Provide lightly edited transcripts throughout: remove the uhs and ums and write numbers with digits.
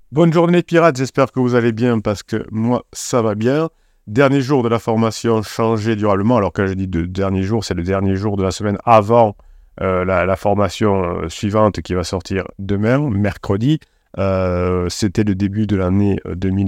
Bonne journée pirates, j'espère que vous allez bien parce que moi ça va bien. Dernier jour de la formation Changer durablement. Alors quand je dis de dernier jour, c'est le dernier jour de la semaine avant la formation suivante qui va sortir demain, mercredi. C'était le début de l'année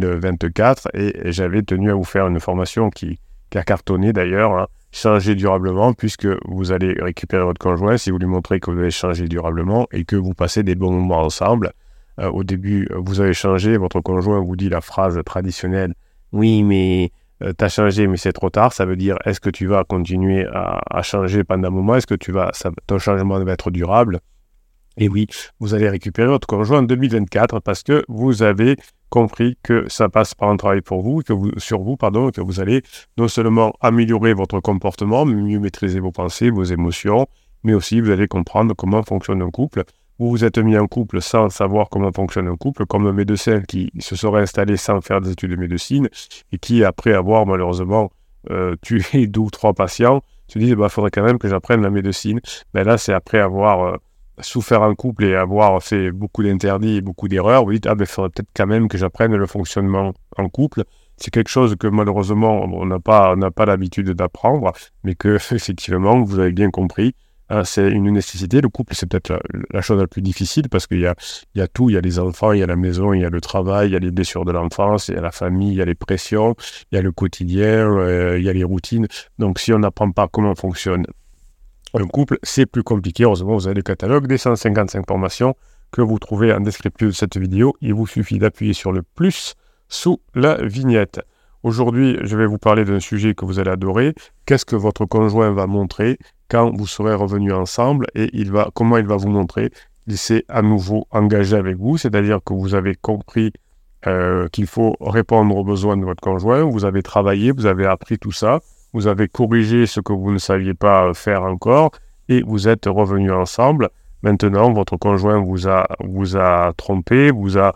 2024 et j'avais tenu à vous faire une formation qui a cartonné d'ailleurs, hein, Changer durablement, puisque vous allez récupérer votre conjoint si vous lui montrez que vous avez changé durablement et que vous passez des bons moments ensemble. Au début, vous avez changé, votre conjoint vous dit la phrase traditionnelle: oui, mais t'as changé, mais c'est trop tard. Ça veut dire, est-ce que tu vas continuer à changer pendant un moment? Est-ce que ton changement va être durable? Et oui, vous allez récupérer votre conjoint en 2024 parce que vous avez compris que ça passe par un travail sur vous, que vous allez non seulement améliorer votre comportement, mieux maîtriser vos pensées, vos émotions, mais aussi vous allez comprendre comment fonctionne un couple. Vous vous êtes mis en couple sans savoir comment fonctionne un couple, comme un médecin qui se serait installé sans faire des études de médecine et qui, après avoir malheureusement tué 2 ou 3 patients, se dit il faudrait quand même que j'apprenne la médecine. Mais là, c'est après avoir souffert en couple et avoir fait beaucoup d'interdits et beaucoup d'erreurs, vous dites, il faudrait peut-être quand même que j'apprenne le fonctionnement en couple. C'est quelque chose que malheureusement, on n'a pas l'habitude d'apprendre, mais que effectivement, vous avez bien compris, hein, c'est une nécessité. Le couple, c'est peut-être la chose la plus difficile parce qu'il y a tout, il y a les enfants, il y a la maison, il y a le travail, il y a les blessures de l'enfance, il y a la famille, il y a les pressions, il y a le quotidien, il y a les routines. Donc si on n'apprend pas comment fonctionne un couple, c'est plus compliqué. Heureusement, vous avez le catalogue des 155 formations que vous trouvez en description de cette vidéo. Il vous suffit d'appuyer sur le plus sous la vignette. Aujourd'hui, je vais vous parler d'un sujet que vous allez adorer. Qu'est-ce que votre conjoint va montrer quand vous serez revenus ensemble et comment il va vous montrer qu'il s'est à nouveau engagé avec vous, c'est-à-dire que vous avez compris qu'il faut répondre aux besoins de votre conjoint, vous avez travaillé, vous avez appris tout ça, vous avez corrigé ce que vous ne saviez pas faire encore et vous êtes revenus ensemble. Maintenant, votre conjoint vous a trompé, vous a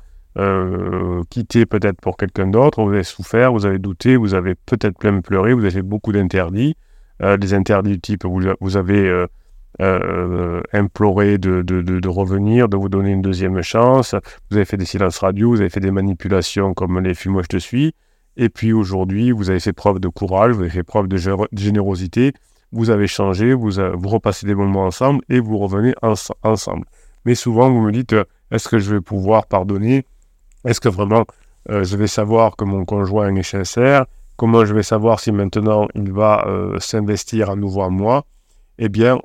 quitté peut-être pour quelqu'un d'autre, vous avez souffert, vous avez douté, vous avez peut-être plein pleuré, vous avez fait beaucoup d'interdits. Des interdits du type, vous avez imploré de revenir, de vous donner une deuxième chance, vous avez fait des silences radio, vous avez fait des manipulations comme les « moi je te suis », et puis aujourd'hui, vous avez fait preuve de courage, vous avez fait preuve de générosité, vous avez changé, vous repassez des moments ensemble et vous revenez ensemble. Mais souvent, vous me dites, est-ce que je vais pouvoir pardonner? Est-ce que vraiment, je vais savoir que mon conjoint est sincère? Comment je vais savoir si maintenant il va s'investir à nouveau en moi? Eh bien,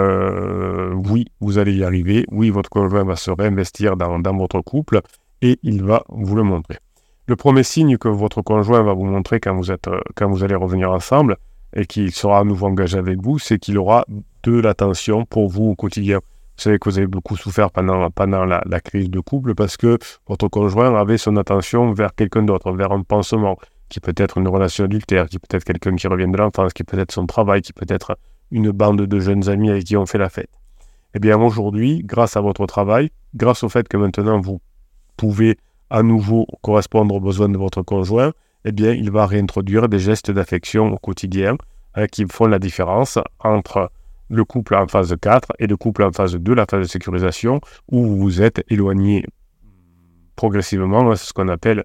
oui, vous allez y arriver. Oui, votre conjoint va se réinvestir dans votre couple et il va vous le montrer. Le premier signe que votre conjoint va vous montrer quand vous allez revenir ensemble et qu'il sera à nouveau engagé avec vous, c'est qu'il aura de l'attention pour vous au quotidien. Vous savez que vous avez beaucoup souffert pendant la crise de couple parce que votre conjoint avait son attention vers quelqu'un d'autre, vers un pansement, qui peut être une relation adultère, qui peut être quelqu'un qui revient de l'enfance, qui peut être son travail, qui peut être une bande de jeunes amis avec qui on fait la fête. Eh bien, aujourd'hui, grâce à votre travail, grâce au fait que maintenant vous pouvez à nouveau correspondre aux besoins de votre conjoint, eh bien, il va réintroduire des gestes d'affection au quotidien qui font la différence entre le couple en phase 4 et le couple en phase 2, la phase de sécurisation, où vous vous êtes éloigné progressivement, c'est ce qu'on appelle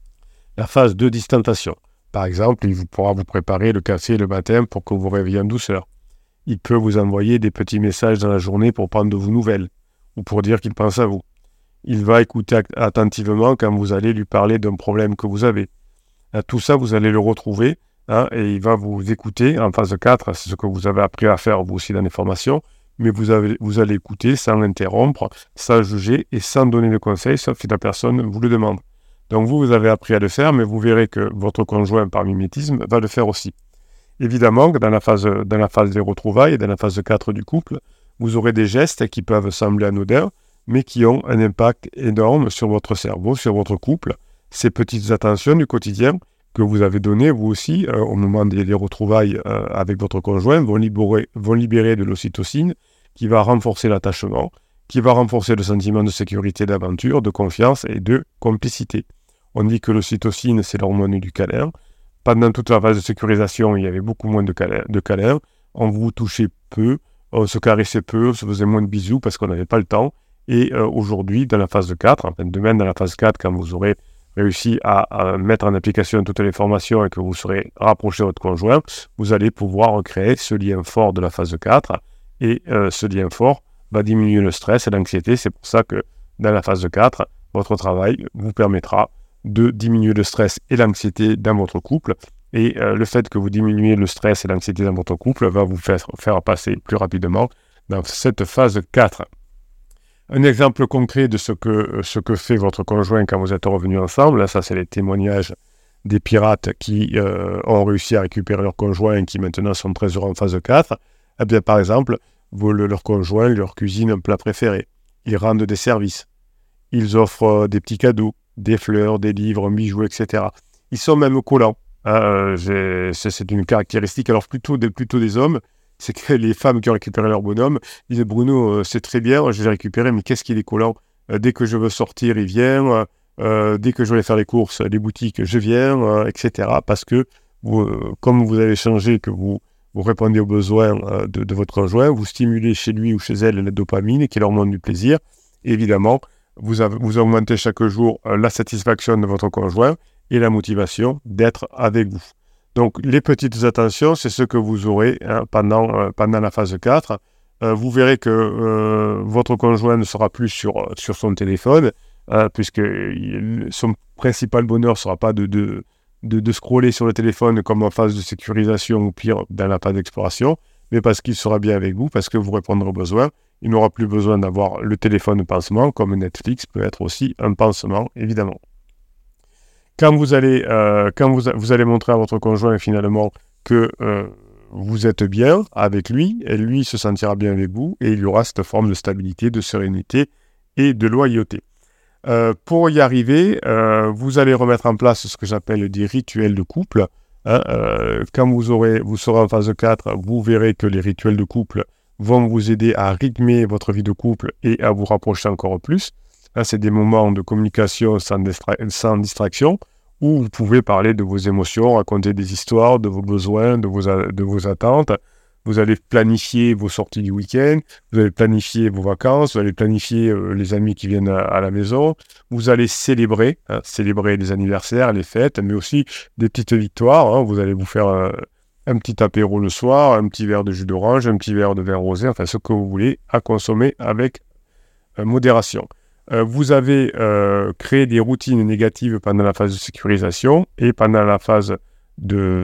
la phase de distanciation. Par exemple, il pourra vous préparer le café le matin pour que vous réveillez en douceur. Il peut vous envoyer des petits messages dans la journée pour prendre de vos nouvelles ou pour dire qu'il pense à vous. Il va écouter attentivement quand vous allez lui parler d'un problème que vous avez. Tout ça, vous allez le retrouver et il va vous écouter en phase 4. C'est ce que vous avez appris à faire vous aussi dans les formations. Mais vous allez écouter sans interrompre, sans juger et sans donner de conseils, sauf si la personne vous le demande. Donc vous avez appris à le faire, mais vous verrez que votre conjoint, par mimétisme, va le faire aussi. Évidemment que dans la phase des retrouvailles et dans la phase 4 du couple, vous aurez des gestes qui peuvent sembler anodins, mais qui ont un impact énorme sur votre cerveau, sur votre couple. Ces petites attentions du quotidien que vous avez données, vous aussi, au moment des retrouvailles avec votre conjoint, vont libérer de l'ocytocine qui va renforcer l'attachement, qui va renforcer le sentiment de sécurité, d'aventure, de confiance et de complicité. On dit que l'ocytocine, c'est l'hormone du câlin. Pendant toute la phase de sécurisation, il y avait beaucoup moins de câlins. On vous touchait peu, on se caressait peu, on se faisait moins de bisous parce qu'on n'avait pas le temps. Et aujourd'hui, dans la phase 4, enfin demain dans la phase 4, quand vous aurez réussi à mettre en application toutes les formations et que vous serez rapproché de votre conjoint, vous allez pouvoir créer ce lien fort de la phase 4. Et ce lien fort va diminuer le stress et l'anxiété. C'est pour ça que dans la phase 4, votre travail vous permettra de diminuer le stress et l'anxiété dans votre couple. Et le fait que vous diminuez le stress et l'anxiété dans votre couple va vous faire passer plus rapidement dans cette phase 4. Un exemple concret de ce que fait votre conjoint quand vous êtes revenus ensemble, là, ça c'est les témoignages des pirates qui ont réussi à récupérer leur conjoint et qui maintenant sont très heureux en phase 4. Eh bien, par exemple, leur conjoint leur cuisine un plat préféré. Ils rendent des services. Ils offrent des petits cadeaux, des fleurs, des livres, un bijou, etc. Ils sont même collants. Hein, c'est une caractéristique, alors plutôt des hommes, c'est que les femmes qui ont récupéré leur bonhomme disent Bruno, c'est très bien, je l'ai récupéré, mais qu'est-ce qu'il est collant. Dès que je veux sortir, il vient. Dès que je vais faire les courses, les boutiques, je viens, etc. Parce que comme vous avez changé, que vous répondez aux besoins de votre conjoint, vous stimulez chez lui ou chez elle la dopamine qui leur montre du plaisir. Et évidemment, vous augmentez chaque jour la satisfaction de votre conjoint et la motivation d'être avec vous. Donc, les petites attentions, c'est ce que vous aurez pendant la phase 4. Vous verrez que votre conjoint ne sera plus sur son téléphone, puisque son principal bonheur ne sera pas de scroller sur le téléphone comme en phase de sécurisation ou pire dans la phase d'exploration, mais parce qu'il sera bien avec vous, parce que vous répondrez aux besoins. Il n'aura plus besoin d'avoir le téléphone pansement, comme Netflix peut être aussi un pansement, évidemment. Quand vous allez montrer à votre conjoint finalement que vous êtes bien avec lui, et lui se sentira bien avec vous, et il y aura cette forme de stabilité, de sérénité et de loyauté. Pour y arriver, vous allez remettre en place ce que j'appelle des rituels de couple. Hein, quand vous serez en phase 4, vous verrez que les rituels de couple vont vous aider à rythmer votre vie de couple et à vous rapprocher encore plus. Là, c'est des moments de communication sans distraction, où vous pouvez parler de vos émotions, raconter des histoires, de vos besoins, de vos attentes. Vous allez planifier vos sorties du week-end, vous allez planifier vos vacances, vous allez planifier les amis qui viennent à la maison. Vous allez célébrer les anniversaires, les fêtes, mais aussi des petites victoires. Hein. Vous allez vous faire un petit apéro le soir, un petit verre de jus d'orange, un petit verre de vin rosé, enfin ce que vous voulez, à consommer avec modération. Vous avez créé des routines négatives pendant la phase de sécurisation et pendant la phase de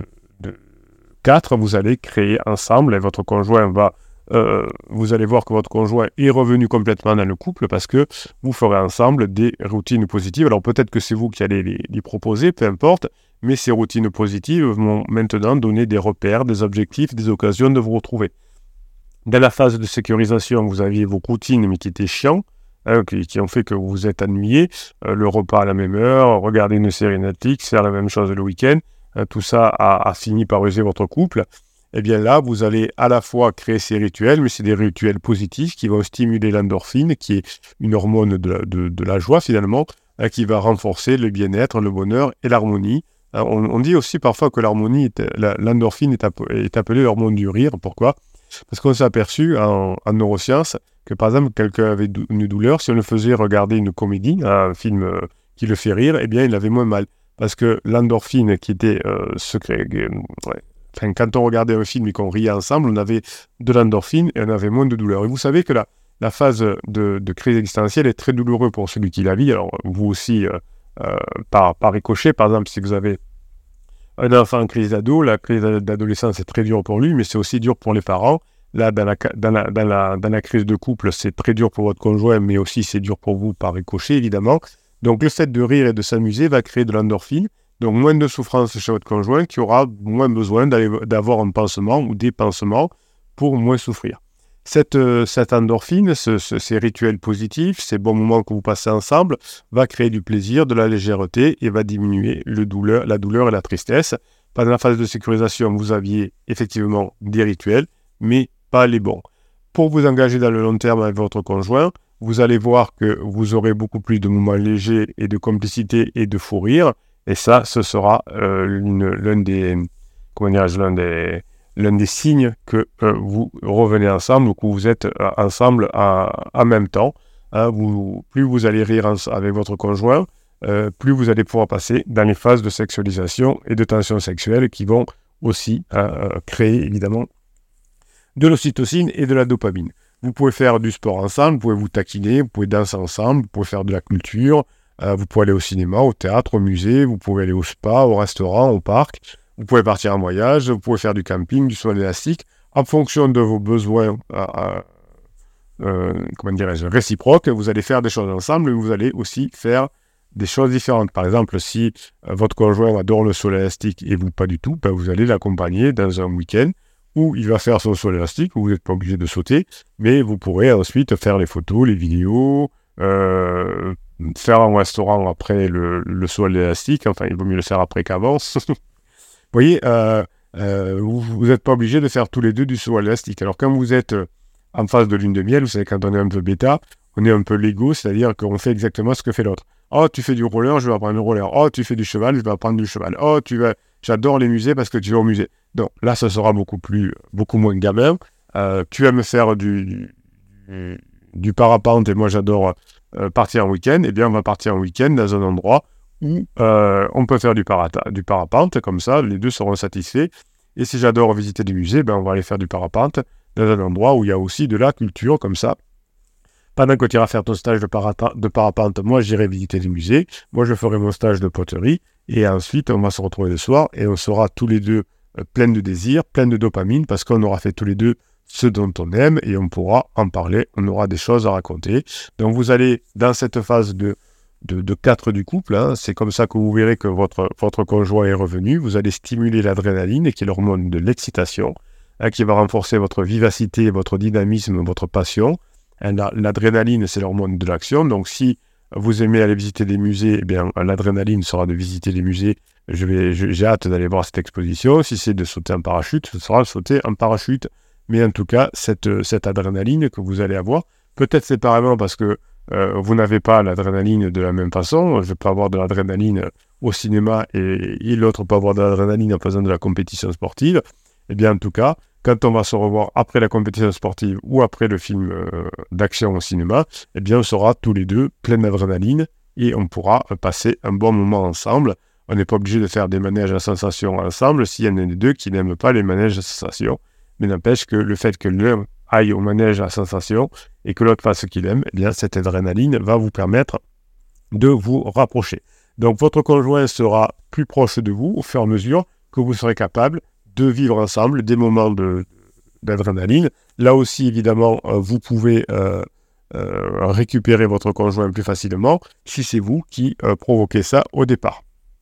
4, vous allez créer ensemble et votre conjoint vous allez voir que votre conjoint est revenu complètement dans le couple parce que vous ferez ensemble des routines positives. Alors peut-être que c'est vous qui allez les proposer, peu importe, mais ces routines positives vont maintenant donner des repères, des objectifs, des occasions de vous retrouver. Dans la phase de sécurisation, vous aviez vos routines mais qui étaient chiants, qui ont fait que vous vous êtes ennuyé, le repas à la même heure, regarder une série Netflix, faire la même chose le week-end, tout ça a fini par user votre couple. Et bien là, vous allez à la fois créer ces rituels, mais c'est des rituels positifs qui vont stimuler l'endorphine, qui est une hormone de la joie finalement, qui va renforcer le bien-être, le bonheur et l'harmonie. On dit aussi parfois que l'endorphine est appelée l'hormone du rire. Pourquoi ? Parce qu'on s'est aperçu en neurosciences que par exemple, quelqu'un avait une douleur, si on le faisait regarder une comédie, un film qui le fait rire, eh bien il avait moins mal. Parce que l'endorphine qui était quand on regardait un film et qu'on riait ensemble, on avait de l'endorphine et on avait moins de douleur. Et vous savez que la phase de crise existentielle est très douloureuse pour celui qui la vit. Alors vous aussi, par ricochet, par exemple, si vous avez un enfant en crise d'ado, la crise d'adolescence est très dure pour lui, mais c'est aussi dur pour les parents. Là, dans la crise de couple, c'est très dur pour votre conjoint, mais aussi c'est dur pour vous par ricochet, évidemment. Donc, le fait de rire et de s'amuser va créer de l'endorphine, donc moins de souffrance chez votre conjoint, qui aura moins besoin d'avoir un pansement ou des pansements pour moins souffrir. Cette endorphine, ces rituels positifs, ces bons moments que vous passez ensemble, va créer du plaisir, de la légèreté et va diminuer la douleur et la tristesse. Pendant la phase de sécurisation, vous aviez effectivement des rituels, mais pas les bons. Pour vous engager dans le long terme avec votre conjoint, vous allez voir que vous aurez beaucoup plus de moments légers et de complicité et de fou rire. Et ça, ce sera l'un des signes que vous revenez ensemble ou que vous êtes ensemble en même temps. Plus vous allez rire avec votre conjoint, plus vous allez pouvoir passer dans les phases de sexualisation et de tension sexuelle qui vont aussi créer évidemment de l'ocytocine et de la dopamine. Vous pouvez faire du sport ensemble, vous pouvez vous taquiner, vous pouvez danser ensemble, vous pouvez faire de la culture, vous pouvez aller au cinéma, au théâtre, au musée, vous pouvez aller au spa, au restaurant, au parc, vous pouvez partir en voyage, vous pouvez faire du camping, du saut élastique, en fonction de vos besoins réciproques, vous allez faire des choses ensemble, mais vous allez aussi faire des choses différentes. Par exemple, si votre conjoint adore le saut élastique et vous pas du tout, vous allez l'accompagner dans un week-end où il va faire son saut élastique, où vous n'êtes pas obligé de sauter, mais vous pourrez ensuite faire les photos, les vidéos, faire un restaurant après le saut élastique, enfin il vaut mieux le faire après qu'avant. Vous voyez, vous n'êtes pas obligé de faire tous les deux du saut élastique. Alors quand vous êtes en phase de lune de miel, vous savez, quand on est un peu bêta, on est un peu l'ego, c'est-à-dire qu'on fait exactement ce que fait l'autre. Oh, tu fais du roller, je vais apprendre le roller. Oh, tu fais du cheval, je vais apprendre du cheval. Oh, j'adore les musées parce que tu vas au musée. Donc là, ça sera beaucoup moins gamin. Tu vas me faire du parapente et moi j'adore partir en week-end. Eh bien, on va partir en week-end dans un endroit où on peut faire du parapente, comme ça, les deux seront satisfaits. Et si j'adore visiter des musées, on va aller faire du parapente dans un endroit où il y a aussi de la culture, comme ça. Pendant que tu iras faire ton stage de parapente, moi j'irai visiter les musées, moi je ferai mon stage de poterie, et ensuite on va se retrouver le soir, et on sera tous les deux pleins de désir, pleins de dopamine, parce qu'on aura fait tous les deux ce dont on aime, et on pourra en parler, on aura des choses à raconter. Donc vous allez dans cette phase de 4 du couple, c'est comme ça que vous verrez que votre conjoint est revenu, vous allez stimuler l'adrénaline, qui est l'hormone de l'excitation, qui va renforcer votre vivacité, votre dynamisme, votre passion. L'adrénaline, c'est l'hormone de l'action. Donc, si vous aimez aller visiter des musées, eh bien, l'adrénaline sera de visiter les musées. J'ai hâte d'aller voir cette exposition. Si c'est de sauter en parachute, ce sera de sauter en parachute. Mais en tout cas, cette adrénaline que vous allez avoir, peut-être séparément parce que vous n'avez pas l'adrénaline de la même façon. Je peux avoir de l'adrénaline au cinéma et l'autre peut avoir de l'adrénaline en faisant de la compétition sportive. Eh bien, en tout cas, quand on va se revoir après la compétition sportive ou après le film d'action au cinéma, eh bien, on sera tous les deux pleins d'adrénaline et on pourra passer un bon moment ensemble. On n'est pas obligé de faire des manèges à sensations ensemble s'il y en a des deux qui n'aiment pas les manèges à sensations. Mais n'empêche que le fait que l'un aille au manège à sensations et que l'autre fasse ce qu'il aime, eh bien, cette adrénaline va vous permettre de vous rapprocher. Donc, votre conjoint sera plus proche de vous au fur et à mesure que vous serez capable de vivre ensemble des moments d'adrénaline. Là aussi, évidemment, vous pouvez récupérer votre conjoint plus facilement si c'est vous qui provoquez ça au départ.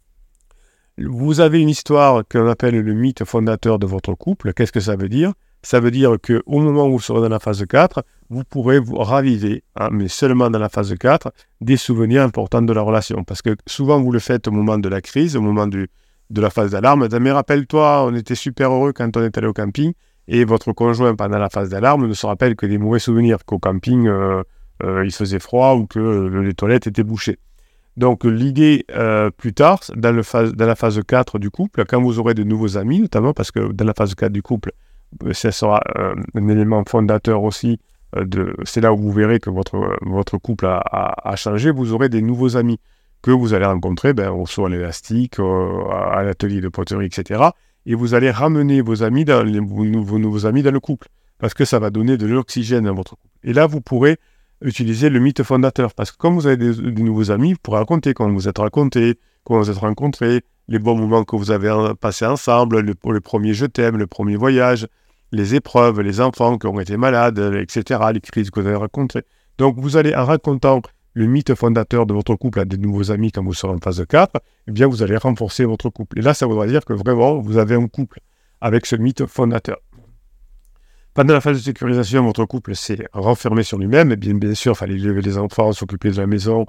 Vous avez une histoire qu'on appelle le mythe fondateur de votre couple. Qu'est-ce que ça veut dire ? Ça veut dire qu'au moment où vous serez dans la phase 4, vous pourrez vous raviver, mais seulement dans la phase 4, des souvenirs importants de la relation. Parce que souvent, vous le faites au moment de la crise, au moment de la phase d'alarme. Mais rappelle-toi, on était super heureux quand on est allé au camping, et votre conjoint, pendant la phase d'alarme, ne se rappelle que des mauvais souvenirs, qu'au camping, il faisait froid ou que les toilettes étaient bouchées. Donc l'idée, plus tard, dans la phase 4 du couple, quand vous aurez de nouveaux amis, notamment parce que dans la phase 4 du couple, ça sera un élément fondateur aussi, c'est là où vous verrez que votre couple a changé, vous aurez des nouveaux amis que vous allez rencontrer au saut à l'élastique, à l'atelier de poterie, etc. Et vous allez ramener vos amis vos nouveaux amis dans le couple, parce que ça va donner de l'oxygène à votre couple. Et là, vous pourrez utiliser le mythe fondateur, parce que comme vous avez des nouveaux amis, vous pourrez raconter comment vous êtes rencontrés, les bons moments que vous avez passés ensemble, le premier je t'aime, le premier voyage, les épreuves, les enfants qui ont été malades, etc., les crises que vous avez rencontrées. Donc vous allez, en racontant le mythe fondateur de votre couple à des nouveaux amis quand vous serez en phase 4, eh bien vous allez renforcer votre couple. Et là, ça voudra dire que vraiment, vous avez un couple avec ce mythe fondateur. Pendant la phase de sécurisation, votre couple s'est renfermé sur lui-même. Et bien sûr, il fallait élever les enfants, s'occuper de la maison,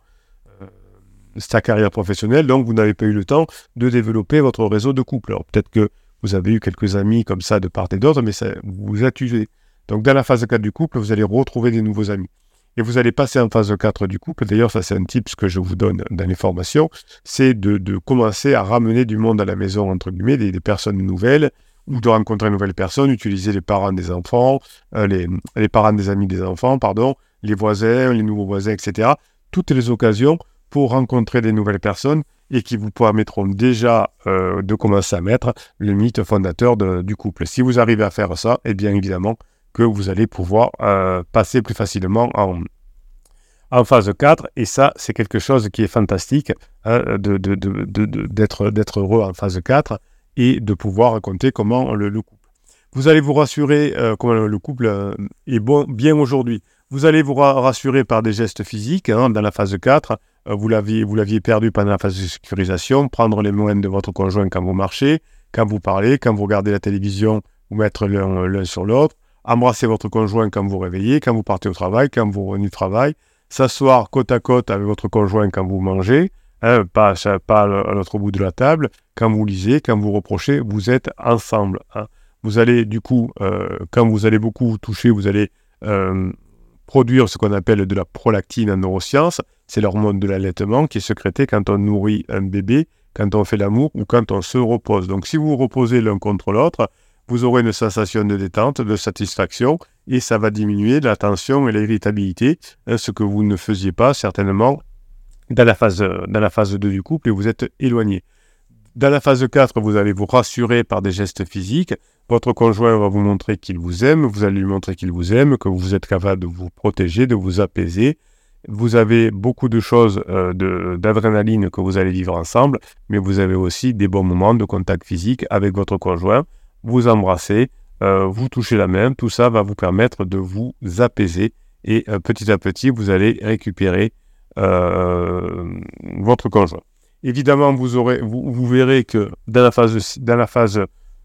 sa carrière professionnelle. Donc, vous n'avez pas eu le temps de développer votre réseau de couple. Alors, peut-être que vous avez eu quelques amis comme ça de part et d'autre, mais ça vous a usé. Donc, dans la phase 4 du couple, vous allez retrouver des nouveaux amis. Et vous allez passer en phase 4 du couple. D'ailleurs, ça, c'est un tip que je vous donne dans les formations. C'est de commencer à ramener du monde à la maison, entre guillemets, des personnes nouvelles, ou de rencontrer une nouvelle personne, utiliser les parents des enfants, les parents des amis des enfants, les voisins, les nouveaux voisins, etc. Toutes les occasions pour rencontrer des nouvelles personnes et qui vous permettront déjà de commencer à mettre le mythe fondateur du couple. Si vous arrivez à faire ça, et bien évidemment que vous allez pouvoir passer plus facilement en phase 4, et ça, c'est quelque chose qui est fantastique, hein, d'être heureux en phase 4 et de pouvoir raconter comment le couple. Vous allez vous rassurer comment le couple est bien aujourd'hui. Vous allez vous rassurer par des gestes physiques, hein, dans la phase 4. Vous l'aviez perdu pendant la phase de sécurisation, prendre les mains de votre conjoint quand vous marchez, quand vous parlez, quand vous regardez la télévision, vous mettre l'un sur l'autre, embrasser votre conjoint quand vous réveillez, quand vous partez au travail, quand vous revenez du travail, s'asseoir côte à côte avec votre conjoint quand vous mangez, hein, pas à l'autre bout de la table, quand vous lisez, quand vous reprochez, vous êtes ensemble. Hein. Vous allez du coup, quand vous allez beaucoup vous toucher, vous allez produire ce qu'on appelle de la prolactine en neurosciences. C'est l'hormone de l'allaitement qui est sécrétée quand on nourrit un bébé, quand on fait l'amour ou quand on se repose. Donc si vous vous reposez l'un contre l'autre, vous aurez une sensation de détente, de satisfaction, et ça va diminuer la tension et l'irritabilité, hein, ce que vous ne faisiez pas certainement dans la phase 2 du couple et vous êtes éloigné. Dans la phase 4, vous allez vous rassurer par des gestes physiques. Votre conjoint va vous montrer qu'il vous aime, vous allez lui montrer qu'il vous aime, que vous êtes capable de vous protéger, de vous apaiser. Vous avez beaucoup de choses d'adrénaline que vous allez vivre ensemble, mais vous avez aussi des bons moments de contact physique avec votre conjoint. Vous embrassez, vous touchez la main, tout ça va vous permettre de vous apaiser et petit à petit, vous allez récupérer votre conjoint. Évidemment, vous verrez que dans la phase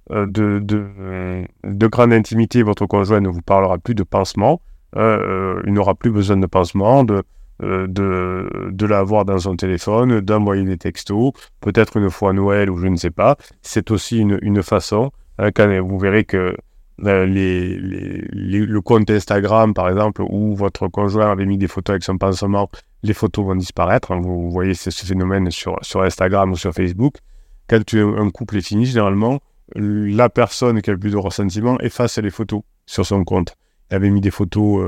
de grande intimité, votre conjoint ne vous parlera plus de pansement. Il n'aura plus besoin de pansement, de l'avoir dans son téléphone, d'envoyer des textos, peut-être une fois à Noël ou je ne sais pas. C'est aussi une façon, hein, quand vous verrez que le compte Instagram, par exemple, où votre conjoint avait mis des photos avec son pansement, les photos vont disparaître. Hein, vous voyez ce phénomène sur Instagram ou sur Facebook. Quand un couple est fini, généralement, la personne qui a le plus de ressentiment efface les photos sur son compte. Il avait mis des photos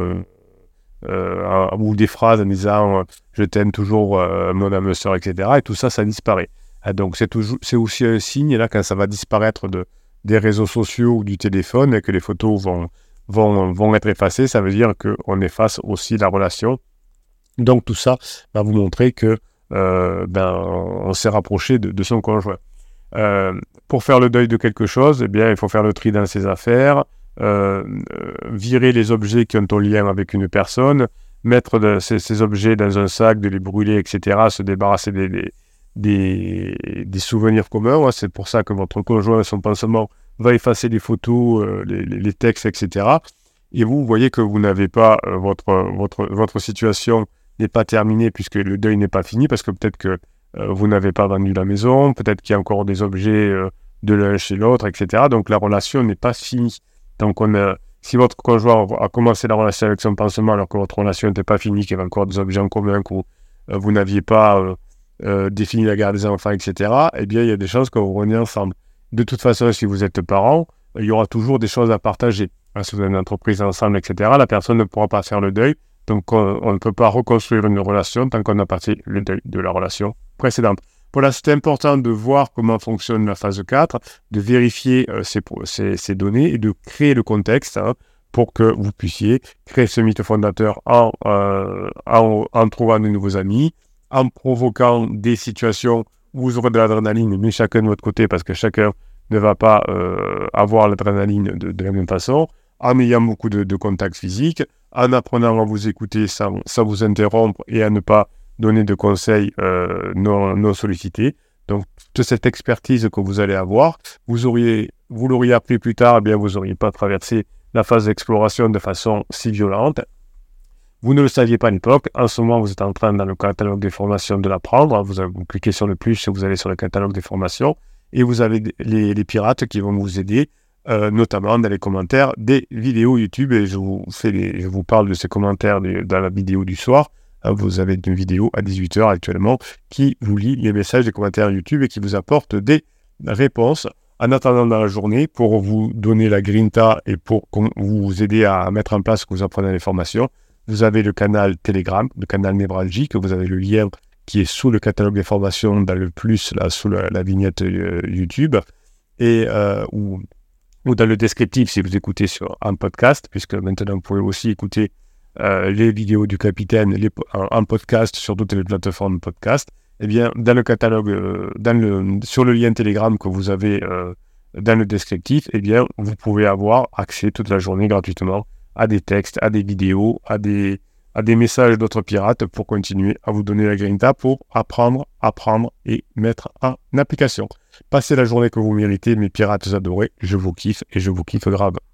ou des phrases en disant je t'aime toujours, mon âme sœur, etc. Et tout ça, ça disparaît. Donc c'est aussi un signe, là, quand ça va disparaître des réseaux sociaux ou du téléphone et que les photos vont être effacées, ça veut dire qu'on efface aussi la relation. Donc tout ça va vous montrer que on s'est rapproché de son conjoint. Pour faire le deuil de quelque chose, eh bien, il faut faire le tri dans ses affaires, virer les objets qui ont un lien avec une personne, mettre ces objets dans un sac, de les brûler, etc., se débarrasser des souvenirs communs. Hein. C'est pour ça que votre conjoint, son pansement, va effacer les photos, les textes, etc. Et vous voyez que vous n'avez pas, votre situation n'est pas terminée puisque le deuil n'est pas fini, parce que peut-être que vous n'avez pas vendu la maison, peut-être qu'il y a encore des objets de l'un chez l'autre, etc. Donc la relation n'est pas finie. Donc si votre conjoint a commencé la relation avec son pansement alors que votre relation n'était pas finie, qu'il y avait encore des objets en commun, que vous n'aviez pas défini la garde des enfants, etc., eh bien il y a des chances que vous reveniez ensemble. De toute façon, si vous êtes parents, il y aura toujours des choses à partager. Si vous avez une entreprise ensemble, etc., la personne ne pourra pas faire le deuil. Donc on ne peut pas reconstruire une relation tant qu'on n'a pas fait le deuil de la relation précédente. Voilà, c'est important de voir comment fonctionne la phase 4, de vérifier ces données et de créer le contexte, hein, pour que vous puissiez créer ce mythe fondateur en trouvant de nouveaux amis, en provoquant des situations où vous aurez de l'adrénaline, mais chacun de votre côté, parce que chacun ne va pas avoir l'adrénaline de la même façon, en ayant beaucoup de contacts physiques, en apprenant à vous écouter sans vous interrompre et à ne pas donner de conseils non sollicités. Donc, toute cette expertise que vous allez avoir, vous l'auriez appris plus tard, eh bien, vous n'auriez pas traversé la phase d'exploration de façon si violente. Vous ne le saviez pas à l'époque. En ce moment, vous êtes en train, dans le catalogue des formations, de l'apprendre. Vous cliquez sur le plus et vous allez sur le catalogue des formations. Et vous avez les pirates qui vont vous aider, notamment dans les commentaires des vidéos YouTube. Et je vous parle de ces commentaires dans la vidéo du soir. Vous avez une vidéo à 18h actuellement qui vous lit les messages des commentaires YouTube et qui vous apporte des réponses. En attendant dans la journée, pour vous donner la grinta et pour vous aider à mettre en place ce que vous apprenez dans les formations, vous avez le canal Telegram, le canal névralgique, vous avez le lien qui est sous le catalogue des formations, dans le plus, là, sous la vignette YouTube, et ou dans le descriptif si vous écoutez sur un podcast, puisque maintenant vous pouvez aussi écouter les vidéos du capitaine en podcast sur toutes les plateformes podcast. Eh bien, dans le catalogue, sur le lien Telegram que vous avez dans le descriptif, eh bien, vous pouvez avoir accès toute la journée gratuitement à des textes, à des vidéos, à des messages d'autres pirates pour continuer à vous donner la grinta pour apprendre et mettre en application. Passez la journée que vous méritez, mes pirates adorés. Je vous kiffe et je vous kiffe grave.